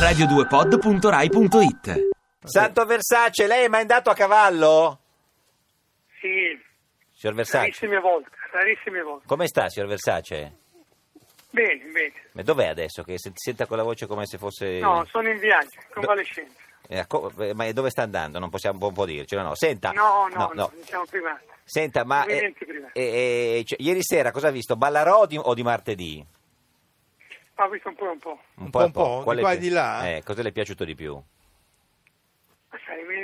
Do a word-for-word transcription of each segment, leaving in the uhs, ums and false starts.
radio due pod punto rai punto it. Santo Versace, lei è mai andato a cavallo? Sì, Signor Versace, rarissime volte, rarissime volte. come sta, signor Versace? Bene, bene. Ma dov'è adesso? Che si senta con la voce come se fosse... No, sono in viaggio, convalescenza. Eh, co- eh, ma dove sta andando? Non possiamo un po' dircelo, no? Senta, No, no, no, no, siamo privati. Senta, ma eh, Movimenti privati. eh, eh, cioè, ieri sera cosa ha visto? Ballarò o di, o di martedì? Ho visto un po' e un po'. Un po' un po', Quale di qua e pi- di là? Eh, cosa le è piaciuto di più? Ma sai, mi,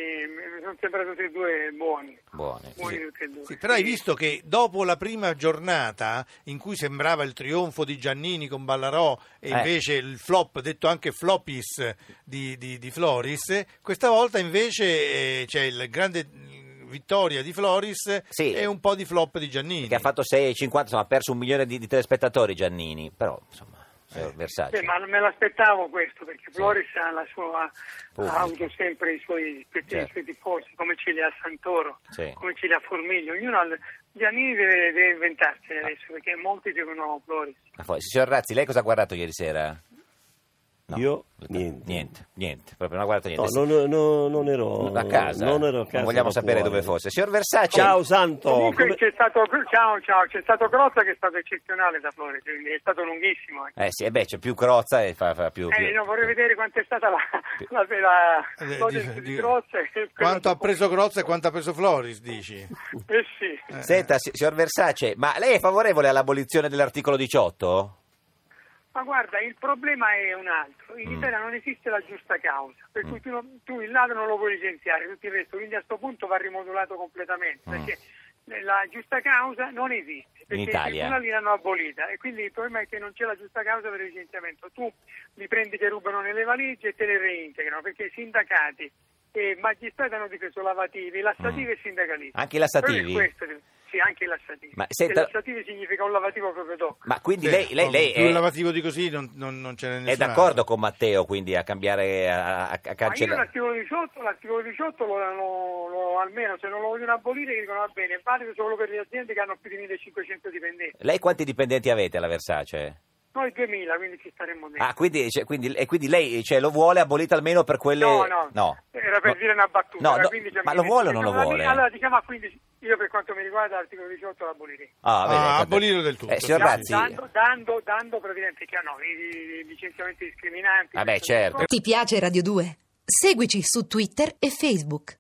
mi sono sembrati tutti e due buoni. Buone. Buoni Sì. tutti e due. Sì, però hai visto che dopo la prima giornata in cui sembrava il trionfo di Giannini con Ballarò e Eh. invece il flop, detto anche flopis di, di, di Floris, questa volta invece eh, c'è il grande vittoria di Floris Sì. e un po' di flop di Giannini. Che ha fatto sei e cinquanta, insomma, ha perso un milione di, di telespettatori Giannini, però insomma, signor Versace. Beh, ma me l'aspettavo questo, perché Floris ha, la sua, Pubblico. ha avuto sempre i suoi, i Certo. suoi tifosi, come ce li ha Santoro, Sì. come ce li ha Formiglio. Ognuno ha, Giannini deve, deve inventarsene adesso, perché molti seguono Floris. Ma poi, signor Razzi, lei cosa ha guardato ieri sera? No. Io niente. Niente, niente, proprio non ha guardato No, niente. non, non- non ero a casa? Non ero a casa. Non vogliamo ero sapere fuori. dove fosse. Signor Versace, Ciao Santo. Comunque come- c'è stato, ciao, ciao, c'è stato Crozza che è stato eccezionale da Floris, quindi è stato lunghissimo. Eh, eh sì, eh beh, c'è più Crozza e fa, fa più... Eh, più- no, vorrei vedere quanto è stata la, la, la, Eh, l'audience di- di, di- Crozza. e quella Quanto ha dopo. preso Crozza e quanto ha preso Floris, dici? Eh sì. Senta, si- signor Versace, ma lei è favorevole all'abolizione dell'articolo diciotto? Ma guarda, il problema è un altro. In Mm. Italia non esiste la giusta causa, per cui tu, non- tu il ladro non lo puoi licenziare, tutto il resto, quindi a questo punto va rimodulato completamente, Mm. perché la giusta causa non esiste, perché Italia. i tribunali l'hanno abolita e quindi il problema è che non c'è la giusta causa per il licenziamento. Tu li prendi che rubano nelle valigie e te le reintegrano, perché i sindacati e magistrati hanno difeso lavativi, lassativi Mm. e sindacalisti. Anche i lassativi? Però è questo, sì, anche i lassativi. Ma senta- E lassativi significa un lavativo proprio dopo. Ma quindi Sì, lei, lei, lei più è, lavativo di così non, non, non ce n'è nessuno. è d'accordo con Matteo quindi a cambiare, a, a- a Ma io cancellare? l'articolo diciotto, l'articolo diciotto lo, lo- lo- almeno se non lo vogliono abolire dicono va bene, è valido solo per le aziende che hanno più di millecinquecento dipendenti. Lei quanti dipendenti avete alla Versace? Noi duemila, quindi ci staremmo dentro. Ah, quindi, cioè, quindi, e quindi lei cioè, lo vuole abolito almeno per quelle... No, no, era per No. dire una battuta. No, era no, quindici ma lo vuole o non lo diciamo, vuole? Allora diciamo a quindici, io per quanto mi riguarda l'articolo diciotto lo abolirei. Ah, vede, Ah, ecco. abolirlo del tutto. Eh, signor sì, Razzi... sì. Dando, dando, dando praticamente che no, i, i licenziamenti discriminanti. Vabbè, queste certo. cose. Ti piace Radio due? Seguici su Twitter e Facebook.